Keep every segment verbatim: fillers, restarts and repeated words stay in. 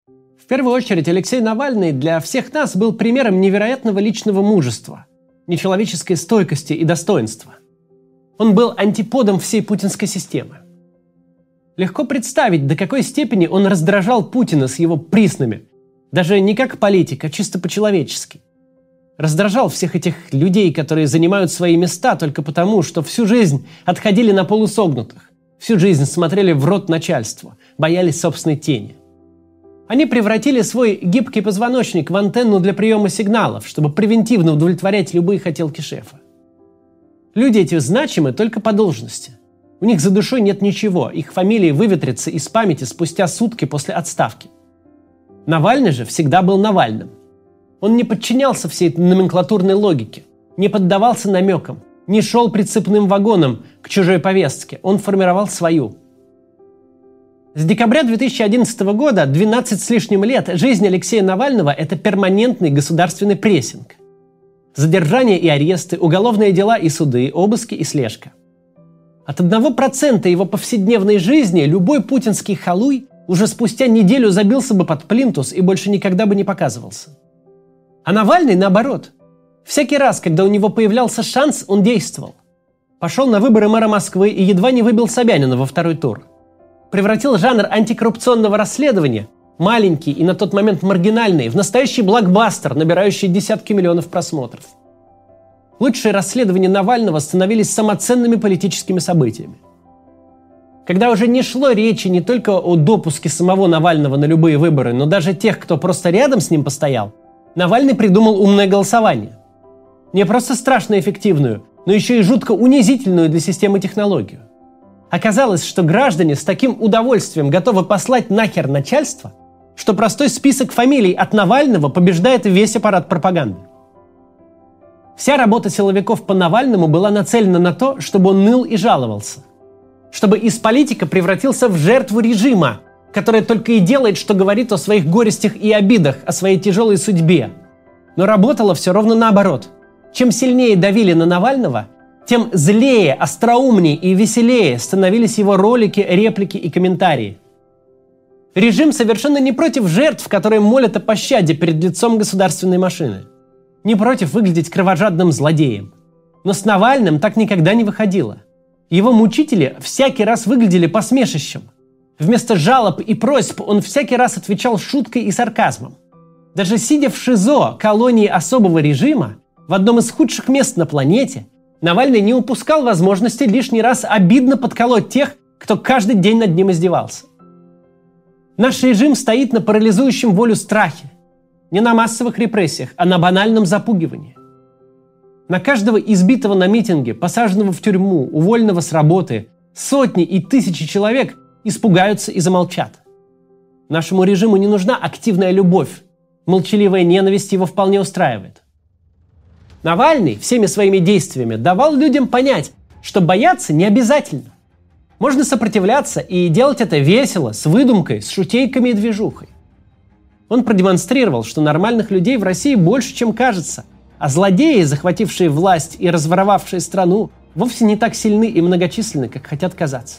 В первую очередь, Алексей Навальный для всех нас был примером невероятного личного мужества, нечеловеческой стойкости и достоинства. Он был антиподом всей путинской системы. Легко представить, до какой степени он раздражал Путина с его приснами, даже не как политик, а чисто по-человечески. Раздражал всех этих людей, которые занимают свои места только потому, что всю жизнь отходили на полусогнутых, всю жизнь смотрели в рот начальству, боялись собственной тени. Они превратили свой гибкий позвоночник в антенну для приема сигналов, чтобы превентивно удовлетворять любые хотелки шефа. Люди эти значимы только по должности. У них за душой нет ничего, их фамилии выветрятся из памяти спустя сутки после отставки. Навальный же всегда был Навальным. Он не подчинялся всей этой номенклатурной логике, не поддавался намекам, не шел прицепным вагоном к чужой повестке, он формировал свою. С декабря две тысячи одиннадцатого года, двенадцать с лишним лет, жизнь Алексея Навального – это перманентный государственный прессинг. Задержания и аресты, уголовные дела и суды, обыски и слежка. От одного процента его повседневной жизни любой путинский халуй уже спустя неделю забился бы под плинтус и больше никогда бы не показывался. А Навальный наоборот. Всякий раз, когда у него появлялся шанс, он действовал. Пошел на выборы мэра Москвы и едва не выбил Собянина во второй тур. Превратил жанр антикоррупционного расследования, маленький и на тот момент маргинальный, в настоящий блокбастер, набирающий десятки миллионов просмотров. Лучшие расследования Навального становились самоценными политическими событиями. Когда уже не шло речи не только о допуске самого Навального на любые выборы, но даже тех, кто просто рядом с ним постоял, Навальный придумал умное голосование. Не просто страшно эффективную, но еще и жутко унизительную для системы технологию. Оказалось, что граждане с таким удовольствием готовы послать нахер начальство, что простой список фамилий от Навального побеждает весь аппарат пропаганды. Вся работа силовиков по Навальному была нацелена на то, чтобы он ныл и жаловался. Чтобы из политика превратился в жертву режима, которая только и делает, что говорит о своих горестях и обидах, о своей тяжелой судьбе. Но работало все ровно наоборот. Чем сильнее давили на Навального, тем злее, остроумнее и веселее становились его ролики, реплики и комментарии. Режим совершенно не против жертв, которые молят о пощаде перед лицом государственной машины. Не против выглядеть кровожадным злодеем. Но с Навальным так никогда не выходило. Его мучители всякий раз выглядели посмешищем. Вместо жалоб и просьб он всякий раз отвечал шуткой и сарказмом. Даже сидя в ШИЗО, колонии особого режима, в одном из худших мест на планете, Навальный не упускал возможности лишний раз обидно подколоть тех, кто каждый день над ним издевался. Наш режим стоит на парализующем волю страхе. Не на массовых репрессиях, а на банальном запугивании. На каждого избитого на митинге, посаженного в тюрьму, уволенного с работы, сотни и тысячи человек испугаются и замолчат. Нашему режиму не нужна активная любовь. Молчаливая ненависть его вполне устраивает. Навальный всеми своими действиями давал людям понять, что бояться не обязательно. Можно сопротивляться и делать это весело, с выдумкой, с шутейками и движухой. Он продемонстрировал, что нормальных людей в России больше, чем кажется, а злодеи, захватившие власть и разворовавшие страну, вовсе не так сильны и многочисленны, как хотят казаться.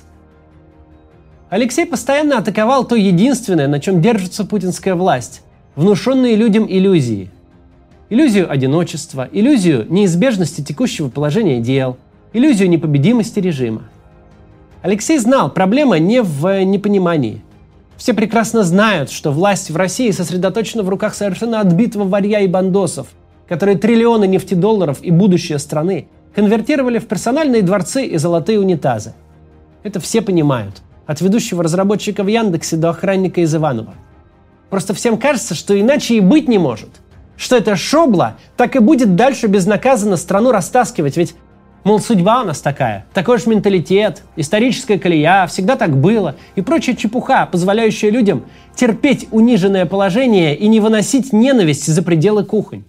Алексей постоянно атаковал то единственное, на чем держится путинская власть – внушенные людям иллюзии. Иллюзию одиночества, иллюзию неизбежности текущего положения дел, иллюзию непобедимости режима. Алексей знал, проблема не в непонимании. Все прекрасно знают, что власть в России сосредоточена в руках совершенно отбитого варья и бандосов, которые триллионы нефтедолларов и будущее страны конвертировали в персональные дворцы и золотые унитазы. Это все понимают. От ведущего разработчика в Яндексе до охранника из Иванова. Просто всем кажется, что иначе и быть не может. Что это шобла так и будет дальше безнаказанно страну растаскивать, ведь, мол, судьба у нас такая, такой же менталитет, историческая колея, всегда так было и прочая чепуха, позволяющая людям терпеть униженное положение и не выносить ненависть за пределы кухонь.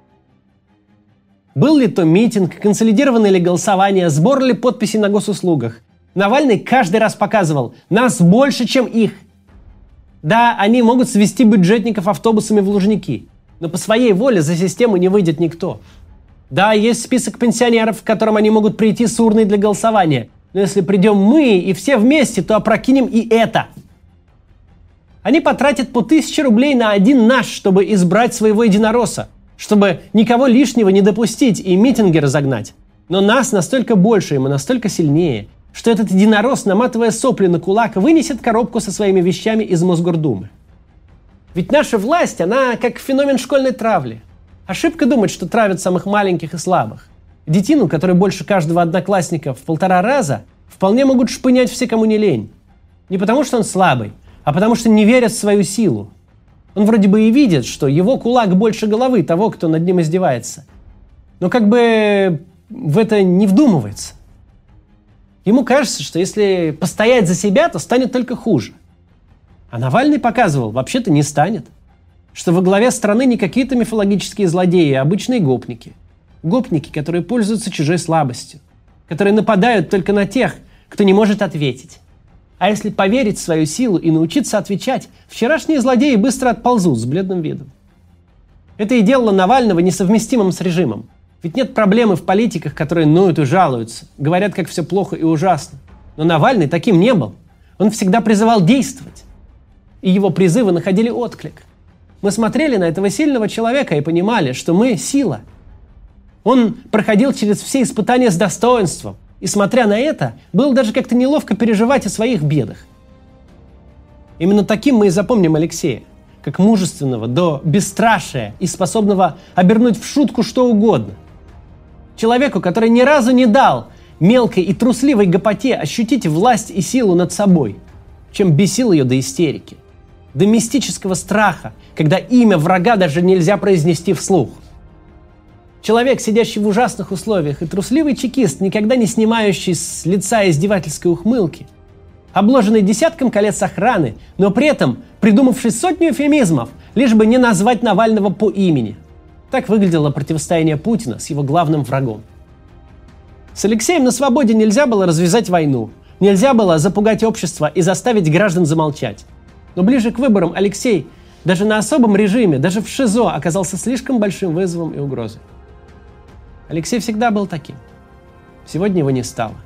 Был ли то митинг, консолидированное ли голосование, сбор ли подписей на госуслугах, Навальный каждый раз показывал: нас больше, чем их. Да, они могут свести бюджетников автобусами в Лужники, но по своей воле за систему не выйдет никто. Да, есть список пенсионеров, к которым они могут прийти с урной для голосования, но если придем мы и все вместе, то опрокинем и это. Они потратят по тысяче рублей на один наш, чтобы избрать своего единоросса, чтобы никого лишнего не допустить и митинги разогнать. Но нас настолько больше, и мы настолько сильнее, что этот единорос, наматывая сопли на кулак, вынесет коробку со своими вещами из Мосгордумы. Ведь наша власть, она как феномен школьной травли. Ошибка думать, что травят самых маленьких и слабых. Детину, который больше каждого одноклассника в полтора раза, вполне могут шпынять все, кому не лень. Не потому, что он слабый, а потому, что не верят в свою силу. Он вроде бы и видит, что его кулак больше головы того, кто над ним издевается. Но как бы в это не вдумывается. Ему кажется, что если постоять за себя, то станет только хуже. А Навальный показывал, вообще-то не станет. Что во главе страны не какие-то мифологические злодеи, а обычные гопники. Гопники, которые пользуются чужой слабостью. Которые нападают только на тех, кто не может ответить. А если поверить в свою силу и научиться отвечать, вчерашние злодеи быстро отползут с бледным видом. Это и делало Навального несовместимым с режимом. Ведь нет проблемы в политиках, которые ноют и жалуются, говорят, как все плохо и ужасно. Но Навальный таким не был. Он всегда призывал действовать. И его призывы находили отклик. Мы смотрели на этого сильного человека и понимали, что мы – сила. Он проходил через все испытания с достоинством. И, смотря на это, было даже как-то неловко переживать о своих бедах. Именно таким мы и запомним Алексея. Как мужественного до бесстрашия и способного обернуть в шутку что угодно. Человеку, который ни разу не дал мелкой и трусливой гопоте ощутить власть и силу над собой, чем бесил ее до истерики. До мистического страха, когда имя врага даже нельзя произнести вслух. Человек, сидящий в ужасных условиях, и трусливый чекист, никогда не снимающий с лица издевательской ухмылки, обложенный десятком колец охраны, но при этом придумавший сотню эвфемизмов, лишь бы не назвать Навального по имени. Так выглядело противостояние Путина с его главным врагом. С Алексеем на свободе нельзя было развязать войну, нельзя было запугать общество и заставить граждан замолчать. Но ближе к выборам Алексей даже на особом режиме, даже в ШИЗО оказался слишком большим вызовом и угрозой. Алексей всегда был таким. Сегодня его не стало.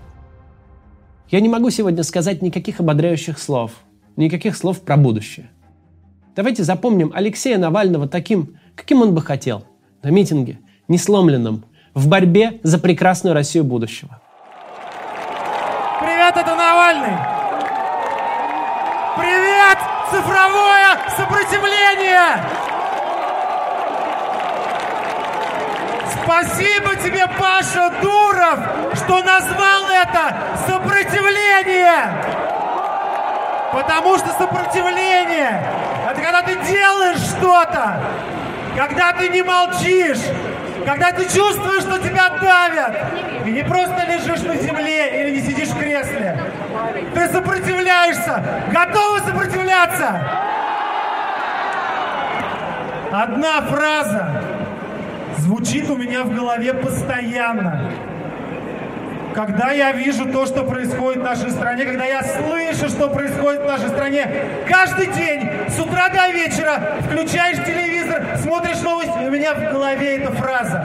Я не могу сегодня сказать никаких ободряющих слов, никаких слов про будущее. Давайте запомним Алексея Навального таким, каким он бы хотел. На митинге, несломленном, в борьбе за прекрасную Россию будущего. Привет, это Навальный! Привет, цифровое сопротивление! Спасибо тебе, Паша Дуров, что назвал это сопротивление! Потому что сопротивление – это когда ты делаешь что-то, когда ты не молчишь, когда ты чувствуешь, что тебя давят, и не просто лежишь на земле или не сидишь в кресле. Ты сопротивляешься. Готовы сопротивляться? Одна фраза звучит у меня в голове постоянно. Когда я вижу то, что происходит в нашей стране, когда я слышу, что происходит в нашей стране, каждый день, с утра до вечера, включаешь телевизор, смотришь новости, и у меня в голове эта фраза.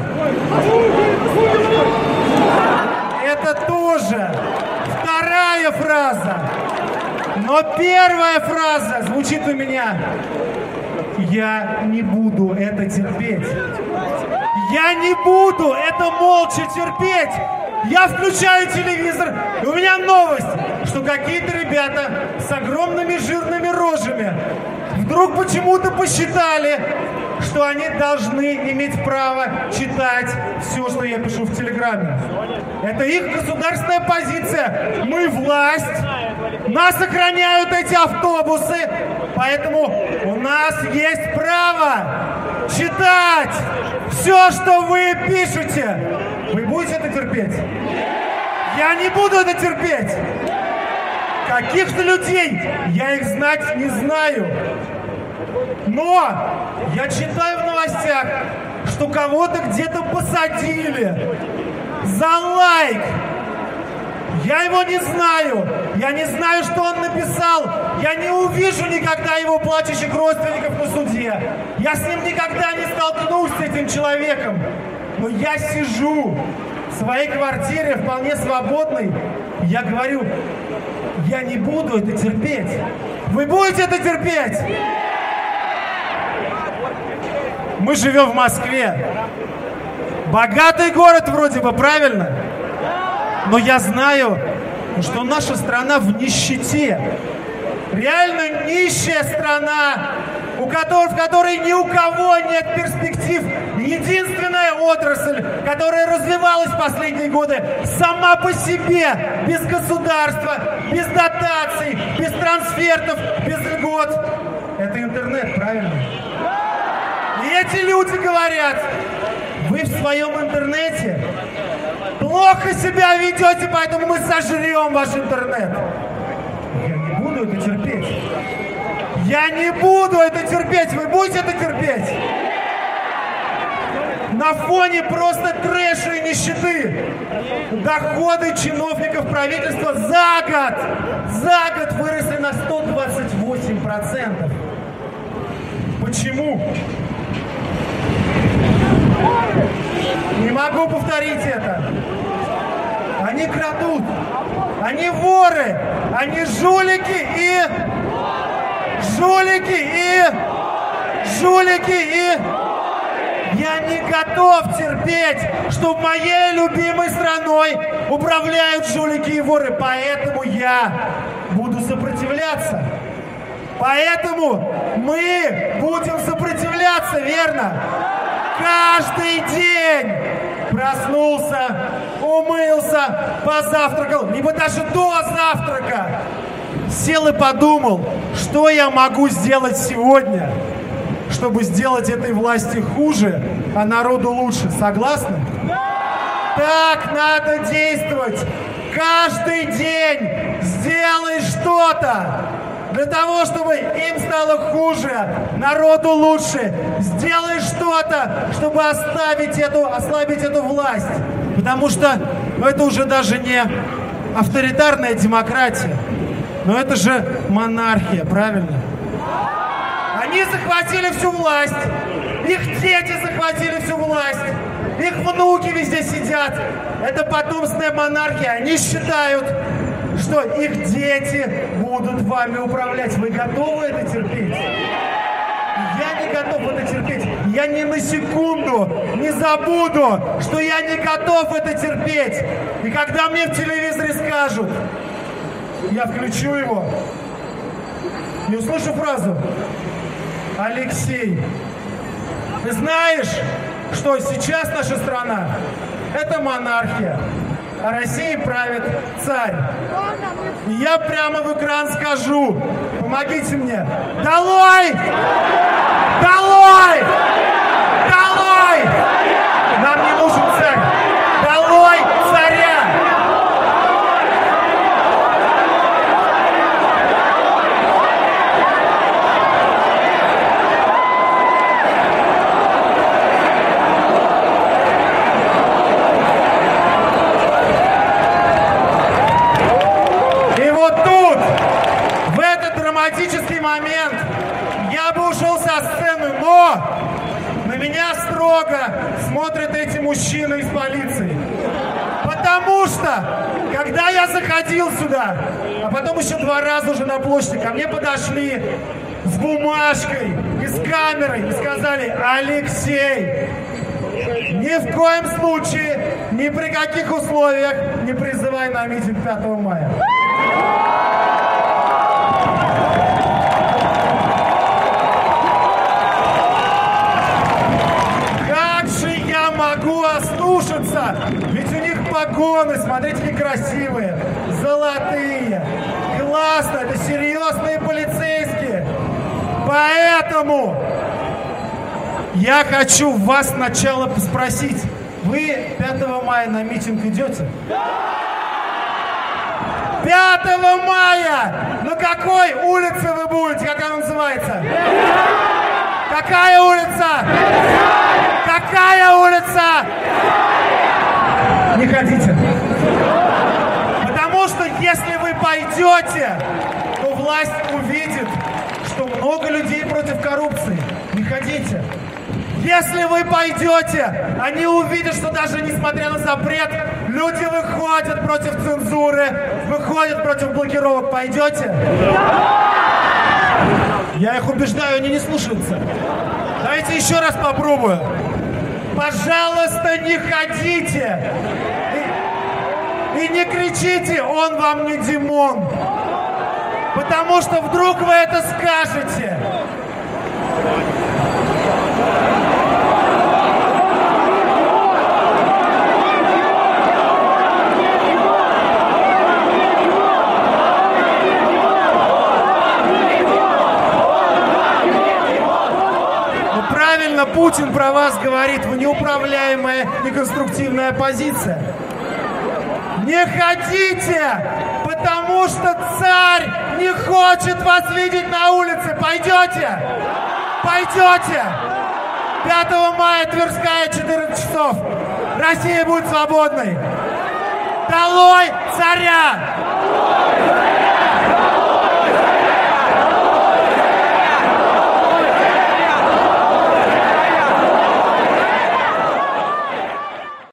Это тоже вторая фраза. Но первая фраза звучит у меня. Я не буду это терпеть. Я не буду это молча терпеть. Я включаю телевизор, и у меня новость, что какие-то ребята с огромными жирными рожами вдруг почему-то посчитали, что они должны иметь право читать все, что я пишу в Телеграме. Это их государственная позиция. Мы власть, нас охраняют эти автобусы, поэтому у нас есть право читать все, что вы пишете. Вы будете это терпеть? Я не буду это терпеть. Каких-то людей я их знать не знаю. Но я читаю в новостях, что кого-то где-то посадили за лайк. Я его не знаю. Я не знаю, что он написал. Я не увижу никогда его плачущих родственников на суде. Я с ним никогда не столкнусь, с этим человеком. Но я сижу в своей квартире, вполне свободной, я говорю, я не буду это терпеть. Вы будете это терпеть? Мы живем в Москве. Богатый город вроде бы, правильно? Но я знаю, что наша страна в нищете. Реально нищая страна, у которой, в которой ни у кого нет перспектив. Единственная отрасль, которая развивалась в последние годы сама по себе, без государства, без дотаций, без трансфертов, без льгот. Это интернет, правильно? И эти люди говорят, вы в своем интернете плохо себя ведете, поэтому мы сожрем ваш интернет. Я не буду это терпеть. Я не буду это терпеть. Вы будете это терпеть? На фоне просто трэша и нищеты доходы чиновников правительства за год, за год выросли на сто двадцать восемь процентов. Почему? Не могу повторить это. Они крадут, они воры, они жулики и... Жулики и... Жулики и... Я не готов терпеть, что моей любимой страной управляют жулики и воры. Поэтому я буду сопротивляться. Поэтому мы будем сопротивляться, верно? Каждый день проснулся, умылся, позавтракал, либо даже до завтрака. Сел и подумал, что я могу сделать сегодня, чтобы сделать этой власти хуже, а народу лучше. Согласны? Так надо действовать. Каждый день сделай что-то для того, чтобы им стало хуже, народу лучше. Сделай что-то, чтобы оставить эту, ослабить эту власть. Потому что ну, это уже даже не авторитарная демократия, но это же монархия, правильно? Они захватили всю власть, их дети захватили всю власть, их внуки везде сидят. Это потомственная монархия. Они считают, что их дети будут вами управлять. Вы готовы это терпеть? Я не готов это терпеть. Я ни на секунду не забуду, что я не готов это терпеть. И когда мне в телевизоре скажут, я включу его и услышу фразу: Алексей, ты знаешь, что сейчас наша страна – это монархия, а Россией правит царь. И я прямо в экран скажу: помогите мне. Долой! Долой! Долой! Нам не нужен царь. Долой царя! Драматический момент. Я бы ушел со сцены, но на меня строго смотрят эти мужчины из полиции. Потому что, когда я заходил сюда, а потом еще два раза уже на площади, ко мне подошли с бумажкой и с камерой и сказали: Алексей, ни в коем случае, ни при каких условиях не призывай на митинг пятого мая. Могу ослушаться, ведь у них погоны, смотрите, какие красивые, золотые, классно, это серьезные полицейские. Поэтому я хочу вас сначала спросить: вы пятого мая на митинг идете? пятого мая! На какой улице вы будете? Как она называется? Какая улица? Какая улица? Не ходите. Потому что если вы пойдете, то власть увидит, что много людей против коррупции. Не ходите. Если вы пойдете, они увидят, что даже несмотря на запрет, люди выходят против цензуры, выходят против блокировок. Пойдете? Я их убеждаю, они не слушаются. Давайте еще раз попробую. Пожалуйста, не ходите. И, и не кричите, он вам не Димон. Потому что вдруг вы это скажете. Правильно Путин про вас говорит, вы неуправляемая, неконструктивная оппозиция. Не ходите, потому что царь не хочет вас видеть на улице. Пойдете? Пойдете? пятого мая, Тверская, четырнадцать часов. Россия будет свободной. Долой царя!